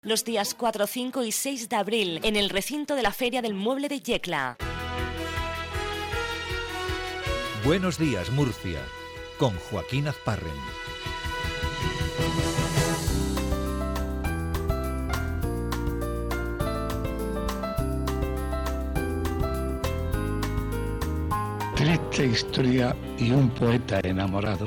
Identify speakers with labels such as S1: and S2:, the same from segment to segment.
S1: Los días 4, 5 y 6 de abril en el recinto de la Feria del Mueble de Yecla.
S2: Buenos días, Murcia, con Joaquín Azparren.
S3: Triste historia y un poeta enamorado.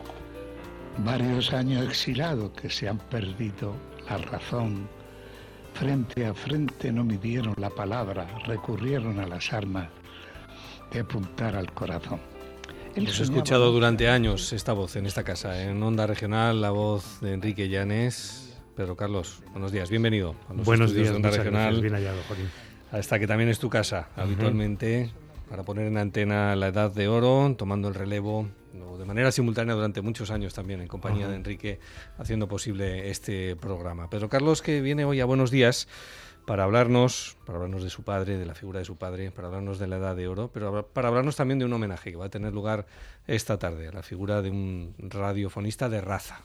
S3: Varios años exilado que se han perdido la razón. Frente a frente no midieron la palabra, recurrieron a las armas de apuntar al corazón.
S4: Hemos escuchado durante años esta voz en esta casa, en Onda Regional, la voz de Enrique Llanes. Pedro Carlos, buenos días, bienvenido a los
S5: buenos
S4: estudios
S5: días,
S4: de Onda
S5: muchas
S4: Regional.
S5: Gracias, bien hallado, Joaquín.
S4: Hasta que también es tu casa, habitualmente, para poner en antena La Edad de Oro, tomando el relevo de manera simultánea durante muchos años también, en compañía de Enrique, haciendo posible este programa. Pedro Carlos, que viene hoy a Buenos Días para hablarnos de su padre, de la figura de su padre, para hablarnos de la Edad de Oro, pero para hablarnos también de un homenaje que va a tener lugar esta tarde a la figura de un radiofonista de raza.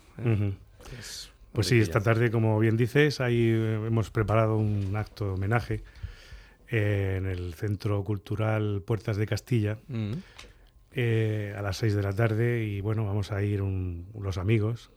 S5: Pues sí, esta tarde, como bien dices, ahí hemos preparado un acto de homenaje en el Centro Cultural Puertas de Castilla a las 6 de la tarde, y bueno, vamos a ir los amigos,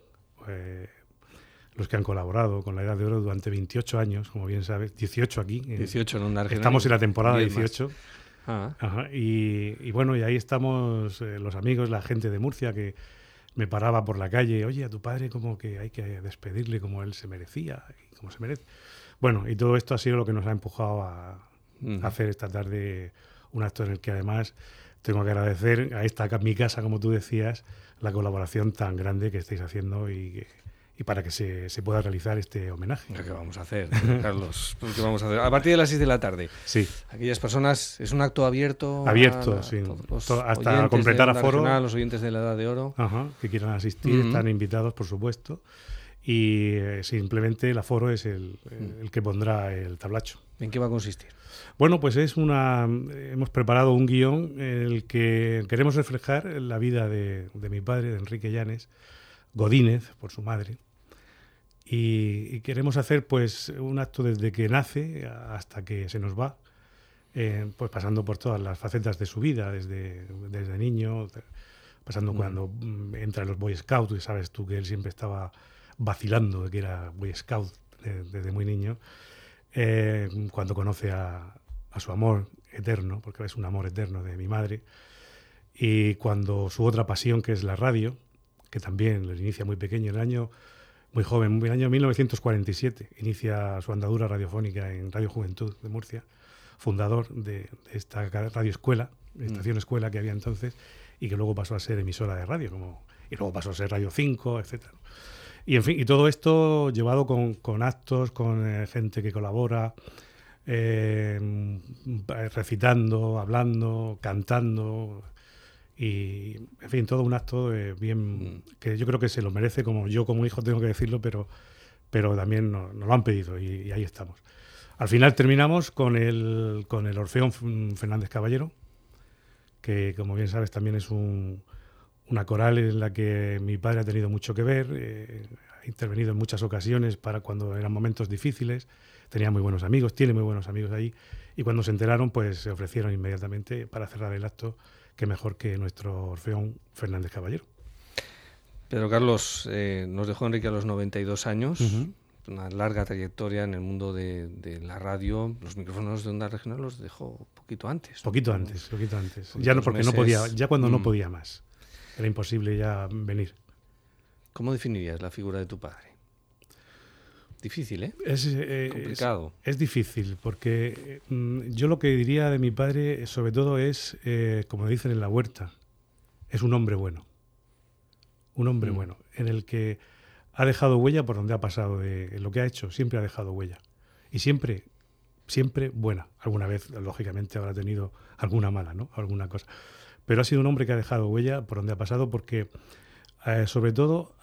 S5: los que han colaborado con la Edad de Oro durante 28 años, como bien sabes, 18 aquí.
S4: 18 en Onda Regional.
S5: Estamos en la temporada 18.
S4: Ajá,
S5: y bueno, y ahí estamos los amigos, la gente de Murcia que me paraba por la calle. Oye, a tu padre como que hay que despedirle como él se merecía y como se merece. Bueno, y todo esto ha sido lo que nos ha empujado a hacer esta tarde un acto en el que además tengo que agradecer a mi casa, como tú decías, la colaboración tan grande que estáis haciendo y para que se pueda realizar este homenaje.
S4: ¿Qué vamos a hacer, Carlos? ¿Qué vamos a hacer? A partir de las 6 de la tarde.
S5: Sí.
S4: Aquellas personas, es un acto abierto.
S5: Abierto, sí. Hasta completar aforo.
S4: Regional, los oyentes de la Edad de Oro.
S5: Que quieran asistir, están invitados, por supuesto. Y simplemente el aforo es el que pondrá el tablacho.
S4: ¿En qué va a consistir?
S5: Bueno, pues hemos preparado un guión en el que queremos reflejar la vida de mi padre, de Enrique Llanes, Godínez, por su madre. Y queremos hacer pues un acto desde que nace hasta que se nos va, pues pasando por todas las facetas de su vida, desde niño, pasando cuando entra en los Boy Scouts, y sabes tú que él siempre estaba vacilando de que era Boy Scout desde muy niño, cuando conoce a su amor eterno, porque es un amor eterno de mi madre, y cuando su otra pasión, que es la radio, que también lo inicia muy pequeño, muy joven, en el año 1947, inicia su andadura radiofónica en Radio Juventud de Murcia, fundador de esta radioescuela, estación escuela que había entonces, y que luego pasó a ser emisora de radio, y luego pasó a ser Radio 5, etcétera. Y en fin, y todo esto llevado con actos, con gente que colabora, recitando, hablando, cantando. Y, en fin, todo un acto bien que yo creo que se lo merece, como hijo tengo que decirlo, pero también nos lo han pedido y ahí estamos. Al final terminamos con el Orfeón Fernández Caballero, que como bien sabes también es una coral en la que mi padre ha tenido mucho que ver, ha intervenido en muchas ocasiones para cuando eran momentos difíciles, tenía muy buenos amigos, tiene muy buenos amigos ahí, y cuando se enteraron pues se ofrecieron inmediatamente para cerrar el acto, que mejor que nuestro Orfeón Fernández Caballero.
S4: Pedro Carlos, nos dejó Enrique a los 92 años, una larga trayectoria en el mundo de la radio. Los micrófonos de Onda Regional los dejó poquito antes.
S5: Poquito antes. Ya no, porque meses, no podía, ya cuando no podía más. Era imposible ya venir.
S4: ¿Cómo definirías la figura de tu padre? Difícil, ¿eh? Complicado.
S5: Es difícil, porque yo lo que diría de mi padre, sobre todo, es, como dicen en la huerta, es un hombre bueno. Un hombre bueno, en el que ha dejado huella por donde ha pasado, de lo que ha hecho, siempre ha dejado huella. Y siempre buena. Alguna vez, lógicamente, habrá tenido alguna mala, ¿no? Alguna cosa. Pero ha sido un hombre que ha dejado huella por donde ha pasado, porque, sobre todo,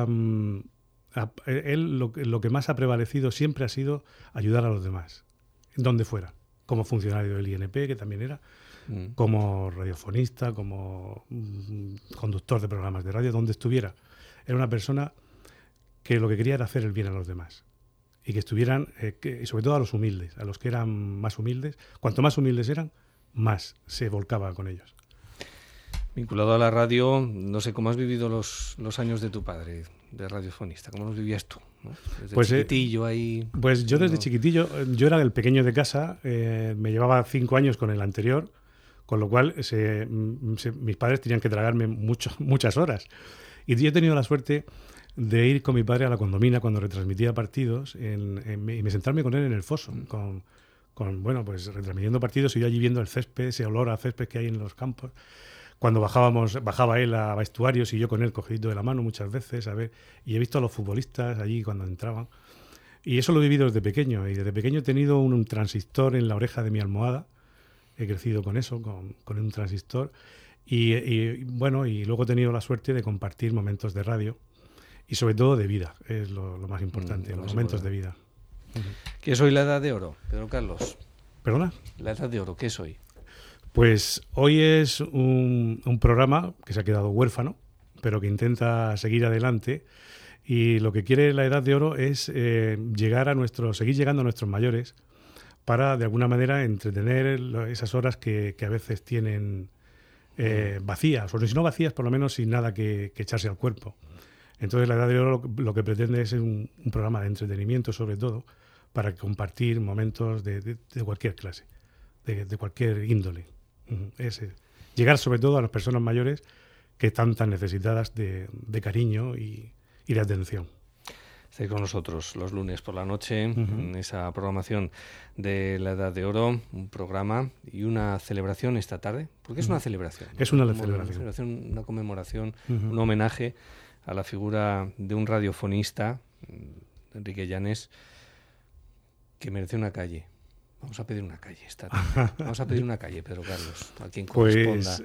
S5: él lo que más ha prevalecido siempre ha sido ayudar a los demás, donde fuera, como funcionario del INP, que también era, como radiofonista, como conductor de programas de radio, donde estuviera. Era una persona que lo que quería era hacer el bien a los demás. y que estuvieran, y sobre todo a los humildes, a los que eran más humildes. Cuanto más humildes eran, más se volcaba con ellos.
S4: Vinculado a la radio, no sé cómo has vivido los años de tu padre de radiofonista. ¿Cómo los vivías tú, ¿no? Desde
S5: pues,
S4: chiquitillo ahí.
S5: Pues yo desde chiquitillo, yo era el pequeño de casa, me llevaba 5 años con el anterior, con lo cual mis padres tenían que tragarme muchas horas. Y yo he tenido la suerte de ir con mi padre a la Condomina cuando retransmitía partidos y me sentarme con él en el foso, pues retransmitiendo partidos y yo allí viendo el césped, ese olor a césped que hay en los campos. Cuando bajaba él a vestuarios y yo con él cogidito de la mano muchas veces, y he visto a los futbolistas allí cuando entraban. Y eso lo he vivido desde pequeño, y desde pequeño he tenido un transistor en la oreja de mi almohada. He crecido con eso, con un transistor. Y luego he tenido la suerte de compartir momentos de radio y sobre todo de vida, es lo más importante, los momentos de vida.
S4: ¿Qué es hoy la Edad de Oro, Pedro Carlos?
S5: ¿Perdona?
S4: La Edad de Oro, ¿qué es hoy?
S5: Pues hoy es un programa que se ha quedado huérfano, pero que intenta seguir adelante, y lo que quiere la Edad de Oro es seguir llegando a nuestros mayores para, de alguna manera, entretener esas horas que a veces tienen vacías, o si no vacías, por lo menos sin nada que echarse al cuerpo. Entonces la Edad de Oro lo que pretende es un programa de entretenimiento, sobre todo, para compartir momentos de cualquier clase, de cualquier índole. Llegar sobre todo a las personas mayores que están tan necesitadas de cariño y de atención.
S4: Estáis con nosotros los lunes por la noche en esa programación de la Edad de Oro, un programa y una celebración esta tarde, porque es una celebración.
S5: Es una celebración.
S4: Una conmemoración, un homenaje a la figura de un radiofonista, Enrique Llanes, que merece una calle. Vamos a pedir una calle esta tarde. Vamos a pedir una calle, Pedro Carlos, a quien corresponda.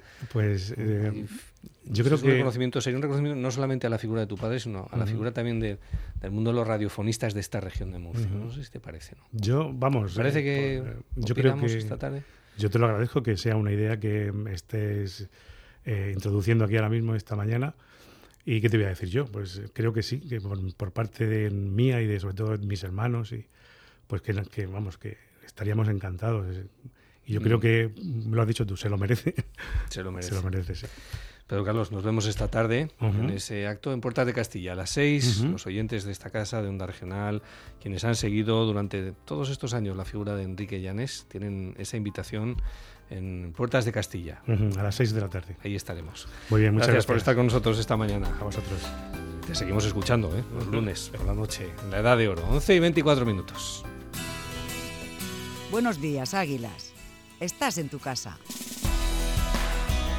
S5: Yo creo que
S4: sería un reconocimiento no solamente a la figura de tu padre, sino a la figura también del mundo de los radiofonistas de esta región de Murcia. No sé si te parece, ¿no? Parece que
S5: yo creo que
S4: esta tarde.
S5: Yo te lo agradezco que sea una idea que estés introduciendo aquí ahora mismo esta mañana. ¿Y qué te voy a decir yo? Pues creo que sí, que por parte de mía y de sobre todo de mis hermanos, y pues que estaríamos encantados. Y yo creo que, lo has dicho tú, se lo merece.
S4: Se lo merece.
S5: Se lo merece, sí.
S4: Pedro Carlos, nos vemos esta tarde en ese acto en Puertas de Castilla a las 6. Los oyentes de esta casa de Onda Regional, quienes han seguido durante todos estos años la figura de Enrique Llanes, tienen esa invitación en Puertas de Castilla.
S5: A las 6 de la tarde.
S4: Ahí estaremos.
S5: Muy bien, muchas gracias
S4: por estar con nosotros esta mañana.
S5: A vosotros.
S4: Te seguimos escuchando los lunes por la noche en la Edad de Oro, 11:24.
S6: Buenos días, Águilas. Estás en tu casa.